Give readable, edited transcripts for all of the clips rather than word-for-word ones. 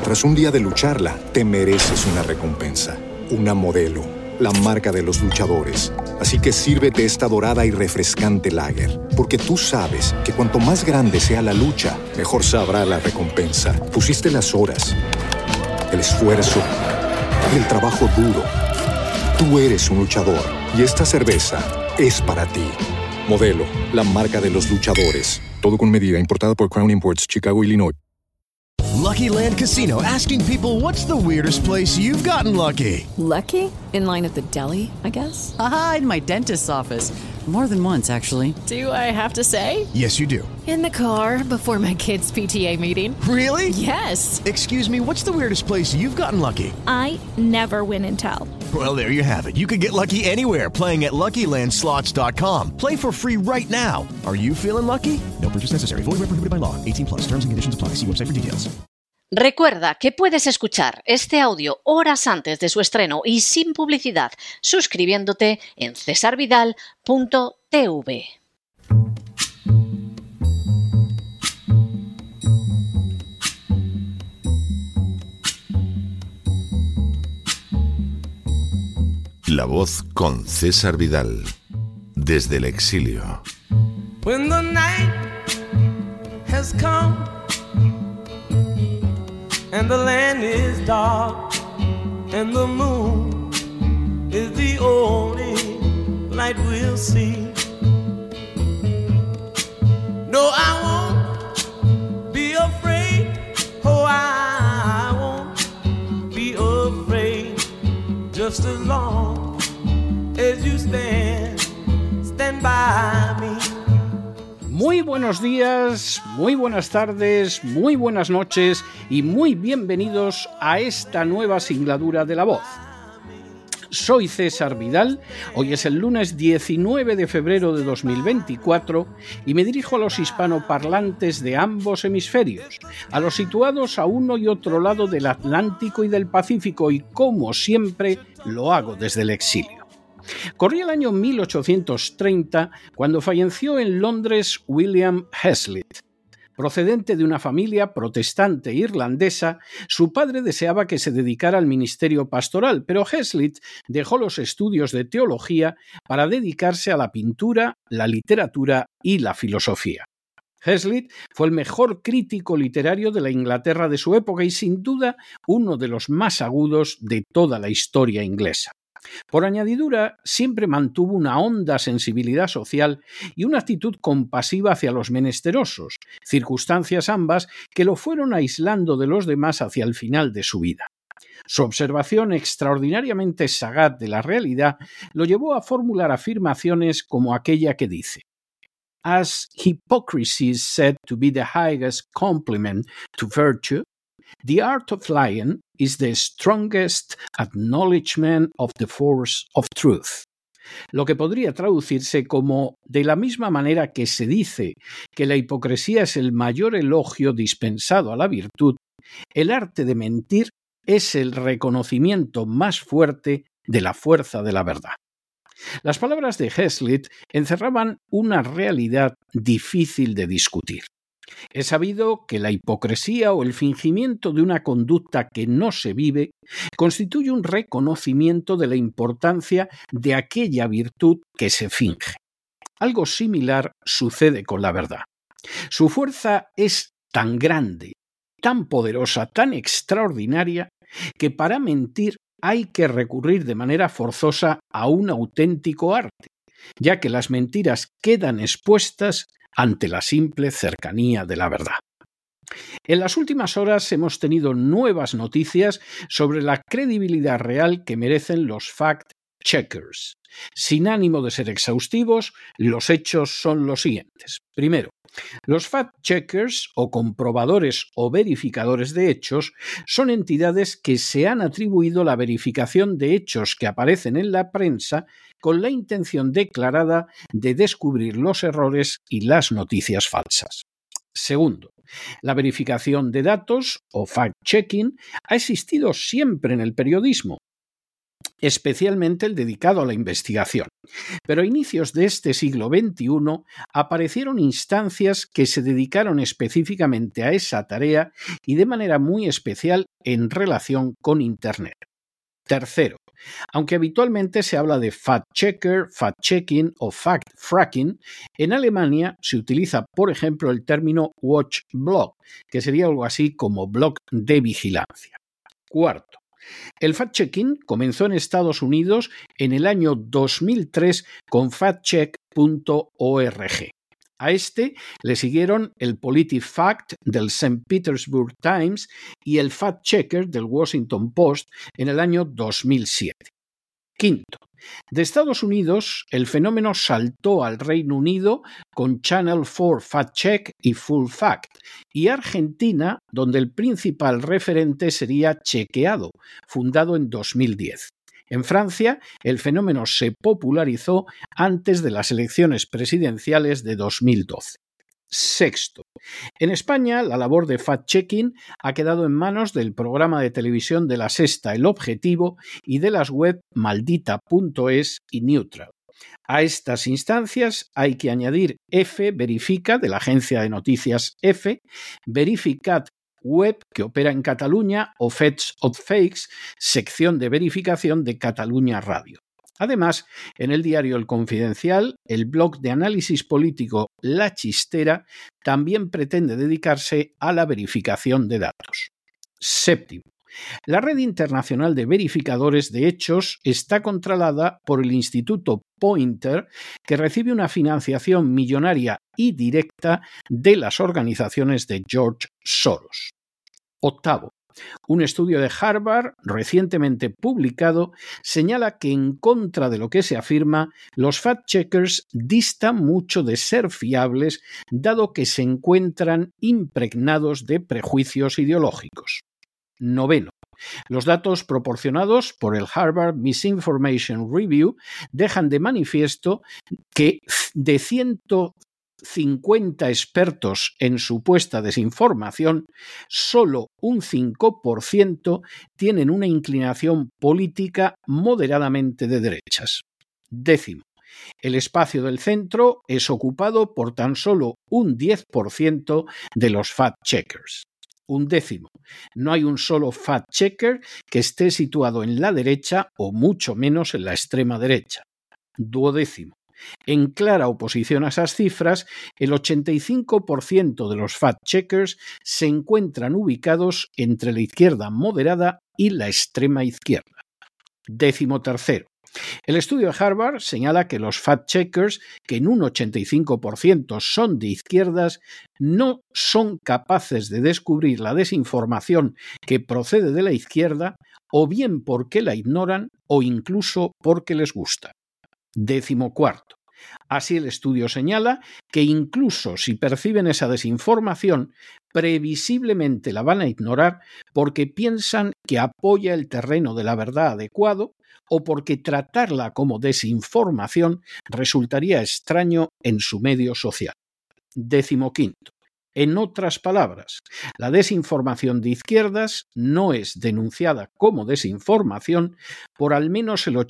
Tras un día de lucharla, te mereces una recompensa. Una Modelo, la marca de los luchadores. Así que sírvete esta dorada y refrescante lager, porque tú sabes que cuanto más grande sea la lucha, mejor sabrá la recompensa. Pusiste las horas, el esfuerzo, el trabajo duro. Tú eres un luchador y esta cerveza es para ti. Modelo, la marca de los luchadores. Todo con medida, importada por Crown Imports, Chicago, Illinois. Lucky Land Casino, asking people, what's the weirdest place you've gotten lucky? Lucky? In line at the deli, I guess? Aha, in my dentist's office. More than once, actually. Do I have to say? Yes, you do. In the car before my kids' PTA meeting. Really? Yes. Excuse me, what's the weirdest place you've gotten lucky? I never win and tell. Well, there you have it. You can get lucky anywhere, playing at LuckyLandSlots.com. Play for free right now. Are you feeling lucky? No purchase necessary. Void where prohibited by law. 18+. Terms and conditions apply. See website for details. Recuerda que puedes escuchar este audio horas antes de su estreno y sin publicidad suscribiéndote en cesarvidal.tv. La voz con César Vidal, desde el exilio. When the night has come and the land is dark and the moon is the only light we'll see. No, I won't be afraid. Oh, I won't be afraid. Just as long as you stand by me. Muy buenos días, muy buenas tardes, muy buenas noches y muy bienvenidos a esta nueva singladura de La Voz. Soy César Vidal, hoy es el lunes 19 de febrero de 2024 y me dirijo a los hispanoparlantes de ambos hemisferios, a los situados a uno y otro lado del Atlántico y del Pacífico y, como siempre, lo hago desde el exilio. Corría el año 1830 cuando falleció en Londres William Hazlitt. Procedente de una familia protestante irlandesa, su padre deseaba que se dedicara al ministerio pastoral, pero Hazlitt dejó los estudios de teología para dedicarse a la pintura, la literatura y la filosofía. Hazlitt fue el mejor crítico literario de la Inglaterra de su época y sin duda uno de los más agudos de toda la historia inglesa. Por añadidura, siempre mantuvo una honda sensibilidad social y una actitud compasiva hacia los menesterosos, circunstancias ambas que lo fueron aislando de los demás hacia el final de su vida. Su observación extraordinariamente sagaz de la realidad lo llevó a formular afirmaciones como aquella que dice: "As hypocrisy is said to be the highest compliment to virtue, the art of lying is the strongest acknowledgement of the force of truth". Lo que podría traducirse como: de la misma manera que se dice que la hipocresía es el mayor elogio dispensado a la virtud, el arte de mentir es el reconocimiento más fuerte de la fuerza de la verdad. Las palabras de Hazlitt encerraban una realidad difícil de discutir. Es sabido que la hipocresía o el fingimiento de una conducta que no se vive constituye un reconocimiento de la importancia de aquella virtud que se finge. Algo similar sucede con la verdad. Su fuerza es tan grande, tan poderosa, tan extraordinaria, que para mentir hay que recurrir de manera forzosa a un auténtico arte, ya que las mentiras quedan expuestas ante la simple cercanía de la verdad. En las últimas horas hemos tenido nuevas noticias sobre la credibilidad real que merecen los fact-checkers. Sin ánimo de ser exhaustivos, los hechos son los siguientes. Primero, los fact-checkers o comprobadores o verificadores de hechos son entidades que se han atribuido la verificación de hechos que aparecen en la prensa con la intención declarada de descubrir los errores y las noticias falsas. Segundo, la verificación de datos o fact-checking ha existido siempre en el periodismo. especialmente el dedicado a la investigación. Pero a inicios de este siglo XXI aparecieron instancias que se dedicaron específicamente a esa tarea y de manera muy especial en relación con Internet. Tercero, aunque habitualmente se habla de fact-checker, fact-checking o fact-fracking, en Alemania se utiliza, por ejemplo, el término watchblog, que sería algo así como blog de vigilancia. Cuarto, el fact-checking comenzó en Estados Unidos en el año 2003 con factcheck.org. A este le siguieron el PolitiFact del St. Petersburg Times y el Fact Checker del Washington Post en el año 2007. Quinto, de Estados Unidos el fenómeno saltó al Reino Unido con Channel 4 Fact Check y Full Fact, y Argentina, donde el principal referente sería Chequeado, fundado en 2010. En Francia, el fenómeno se popularizó antes de las elecciones presidenciales de 2012. Sexto, en España la labor de fact-checking ha quedado en manos del programa de televisión de La Sexta El Objetivo y de las web Maldita.es y Neutral. A estas instancias hay que añadir F Verifica, de la agencia de noticias F, Verificat Web, que opera en Cataluña, o Fets of Fakes, sección de verificación de Cataluña Radio. Además, en el diario El Confidencial, el blog de análisis político La Chistera también pretende dedicarse a la verificación de datos. Séptimo, la red internacional de verificadores de hechos está controlada por el Instituto Poynter, que recibe una financiación millonaria y directa de las organizaciones de George Soros. Octavo, un estudio de Harvard recientemente publicado señala que, en contra de lo que se afirma, los fact-checkers distan mucho de ser fiables, dado que se encuentran impregnados de prejuicios ideológicos. Noveno, los datos proporcionados por el Harvard Misinformation Review dejan de manifiesto que de 150 expertos en supuesta desinformación, solo un 5% tienen una inclinación política moderadamente de derechas. Décimo, el espacio del centro es ocupado por tan solo un 10% de los fact-checkers. Undécimo, no hay un solo fact-checker que esté situado en la derecha o mucho menos en la extrema derecha. Duodécimo, en clara oposición a esas cifras, el 85% de los fact-checkers se encuentran ubicados entre la izquierda moderada y la extrema izquierda. Décimo tercero, el estudio de Harvard señala que los fact-checkers, que en un 85% son de izquierdas, no son capaces de descubrir la desinformación que procede de la izquierda, o bien porque la ignoran o incluso porque les gusta. Décimo cuarto, así el estudio señala que incluso si perciben esa desinformación, previsiblemente la van a ignorar porque piensan que apoya el terreno de la verdad adecuado o porque tratarla como desinformación resultaría extraño en su medio social. Décimo quinto, en otras palabras, la desinformación de izquierdas no es denunciada como desinformación por al menos el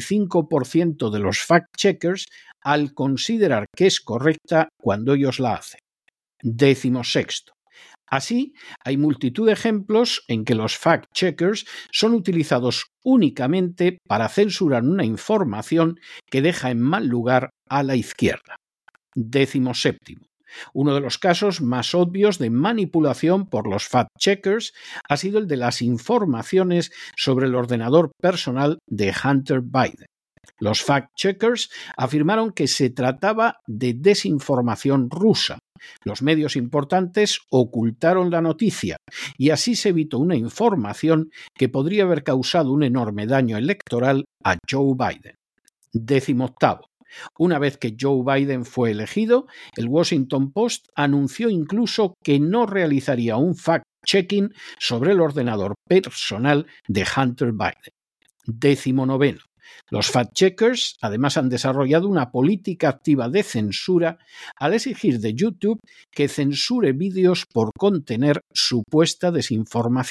85% de los fact-checkers al considerar que es correcta cuando ellos la hacen. Décimo sexto, así, hay multitud de ejemplos en que los fact-checkers son utilizados únicamente para censurar una información que deja en mal lugar a la izquierda. Décimo séptimo, uno de los casos más obvios de manipulación por los fact-checkers ha sido el de las informaciones sobre el ordenador personal de Hunter Biden. Los fact-checkers afirmaron que se trataba de desinformación rusa. Los medios importantes ocultaron la noticia y así se evitó una información que podría haber causado un enorme daño electoral a Joe Biden. Décimo octavo, una vez que Joe Biden fue elegido, el Washington Post anunció incluso que no realizaría un fact-checking sobre el ordenador personal de Hunter Biden. Décimo noveno, los fact-checkers además han desarrollado una política activa de censura al exigir de YouTube que censure vídeos por contener supuesta desinformación.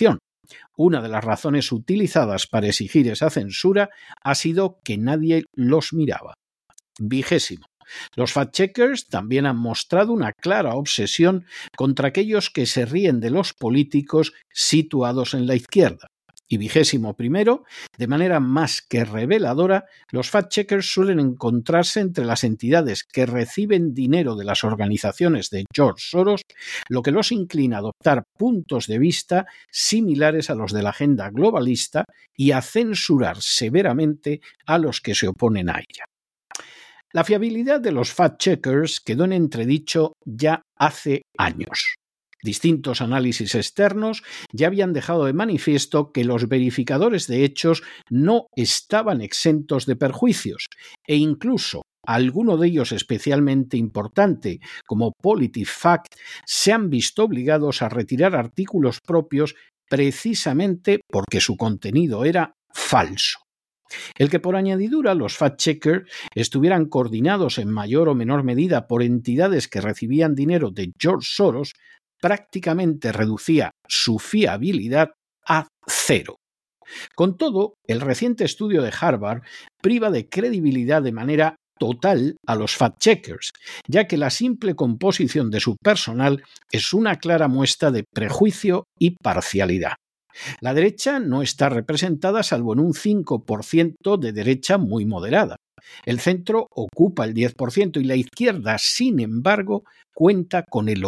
Una de las razones utilizadas para exigir esa censura ha sido que nadie los miraba. 20. Los fact-checkers también han mostrado una clara obsesión contra aquellos que se ríen de los políticos situados en la izquierda. Y 21, de manera más que reveladora, los fact-checkers suelen encontrarse entre las entidades que reciben dinero de las organizaciones de George Soros, lo que los inclina a adoptar puntos de vista similares a los de la agenda globalista y a censurar severamente a los que se oponen a ella. La fiabilidad de los fact-checkers quedó en entredicho ya hace años. Distintos análisis externos ya habían dejado de manifiesto que los verificadores de hechos no estaban exentos de perjuicios e incluso alguno de ellos especialmente importante, como PolitiFact, se han visto obligados a retirar artículos propios precisamente porque su contenido era falso. El que por añadidura los fact-checkers estuvieran coordinados en mayor o menor medida por entidades que recibían dinero de George Soros prácticamente reducía su fiabilidad a cero. Con todo, el reciente estudio de Harvard priva de credibilidad de manera total a los fact-checkers, ya que la simple composición de su personal es una clara muestra de prejuicio y parcialidad. La derecha no está representada salvo en un 5% de derecha muy moderada. El centro ocupa el 10% y la izquierda, sin embargo, cuenta con el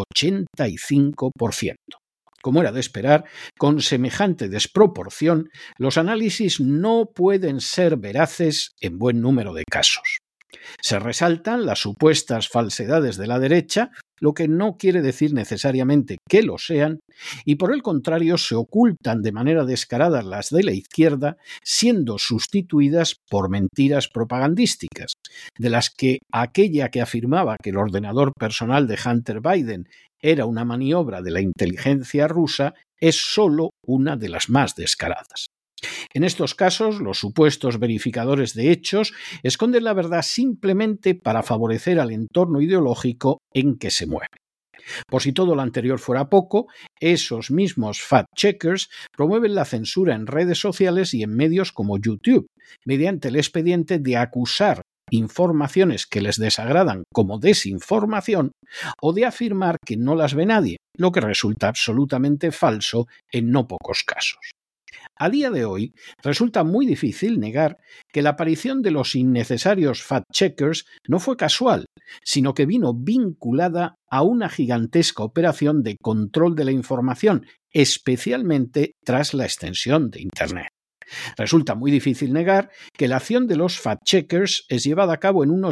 85%. Como era de esperar, con semejante desproporción, los análisis no pueden ser veraces en buen número de casos. Se resaltan las supuestas falsedades de la derecha, lo que no quiere decir necesariamente que lo sean, y por el contrario se ocultan de manera descarada las de la izquierda, siendo sustituidas por mentiras propagandísticas, de las que aquella que afirmaba que el ordenador personal de Hunter Biden era una maniobra de la inteligencia rusa es solo una de las más descaradas. En estos casos, los supuestos verificadores de hechos esconden la verdad simplemente para favorecer al entorno ideológico en que se mueven. Por si todo lo anterior fuera poco, esos mismos fact-checkers promueven la censura en redes sociales y en medios como YouTube, mediante el expediente de acusar informaciones que les desagradan como desinformación o de afirmar que no las ve nadie, lo que resulta absolutamente falso en no pocos casos. A día de hoy, resulta muy difícil negar que la aparición de los innecesarios fact-checkers no fue casual, sino que vino vinculada a una gigantesca operación de control de la información, especialmente tras la extensión de Internet. Resulta muy difícil negar que la acción de los fact-checkers es llevada a cabo en un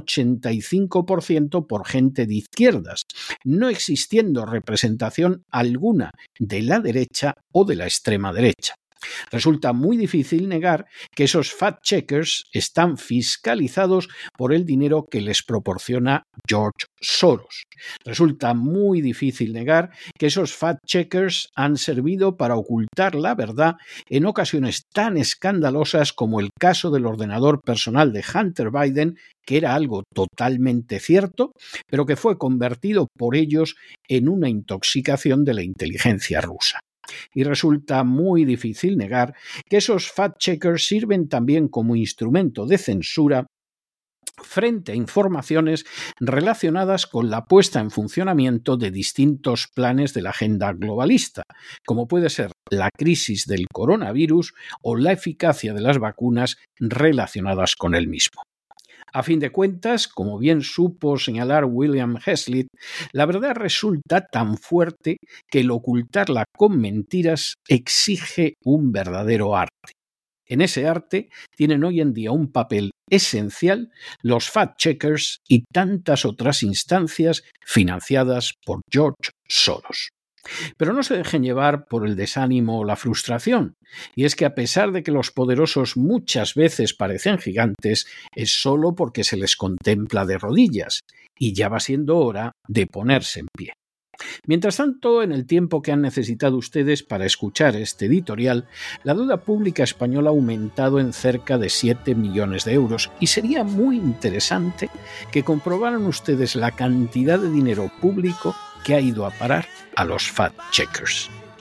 85% por gente de izquierdas, no existiendo representación alguna de la derecha o de la extrema derecha. Resulta muy difícil negar que esos fact-checkers están fiscalizados por el dinero que les proporciona George Soros. Resulta muy difícil negar que esos fact-checkers han servido para ocultar la verdad en ocasiones tan escandalosas como el caso del ordenador personal de Hunter Biden, que era algo totalmente cierto, pero que fue convertido por ellos en una intoxicación de la inteligencia rusa. Y resulta muy difícil negar que esos fact-checkers sirven también como instrumento de censura frente a informaciones relacionadas con la puesta en funcionamiento de distintos planes de la agenda globalista, como puede ser la crisis del coronavirus o la eficacia de las vacunas relacionadas con el mismo. A fin de cuentas, como bien supo señalar William Hazlitt, la verdad resulta tan fuerte que el ocultarla con mentiras exige un verdadero arte. En ese arte tienen hoy en día un papel esencial los fact-checkers y tantas otras instancias financiadas por George Soros. Pero no se dejen llevar por el desánimo o la frustración, y es que a pesar de que los poderosos muchas veces parecen gigantes, es solo porque se les contempla de rodillas, y ya va siendo hora de ponerse en pie. Mientras tanto, en el tiempo que han necesitado ustedes para escuchar este editorial, la deuda pública española ha aumentado en cerca de 7 millones de euros y sería muy interesante que comprobaran ustedes la cantidad de dinero público que ha ido a parar a los fact-checkers.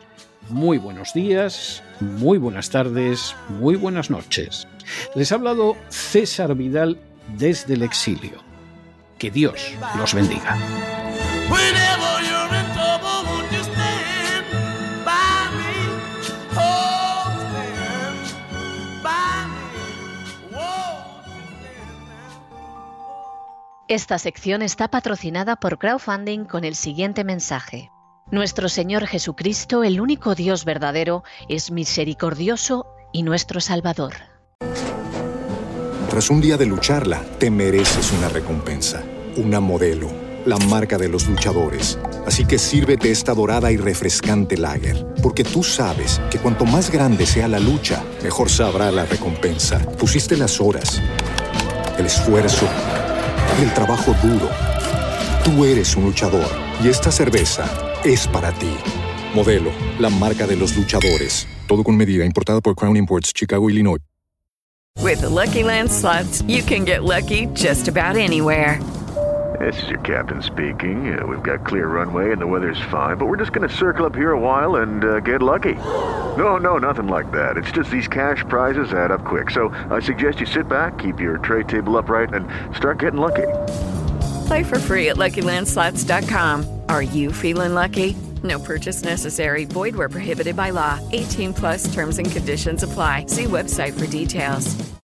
muy buenos días, muy buenas tardes, muy buenas noches. Les ha hablado César Vidal desde el exilio. Que Dios los bendiga. Esta sección está patrocinada por crowdfunding con el siguiente mensaje. Nuestro Señor Jesucristo, el único Dios verdadero, es misericordioso y nuestro Salvador. Tras un día de lucharla, te mereces una recompensa, una Modelo, la marca de los luchadores. Así que sírvete esta dorada y refrescante lager, porque tú sabes que cuanto más grande sea la lucha, mejor sabrá la recompensa. Pusiste las horas, el esfuerzo, el trabajo duro. Tú eres un luchador y esta cerveza es para ti. Modelo, la marca de los luchadores. Todo con medida, importada por Crown Imports, Chicago, Illinois. With the Lucky Land Slots, you can get lucky just about anywhere. This is your captain speaking. We've got clear runway and the weather's fine, but we're just going to circle up here a while and get lucky. No, nothing like that. It's just these cash prizes add up quick. So I suggest you sit back, keep your tray table upright, and start getting lucky. Play for free at LuckyLandSlots.com. Are you feeling lucky? No purchase necessary. Void where prohibited by law. 18+ terms and conditions apply. See website for details.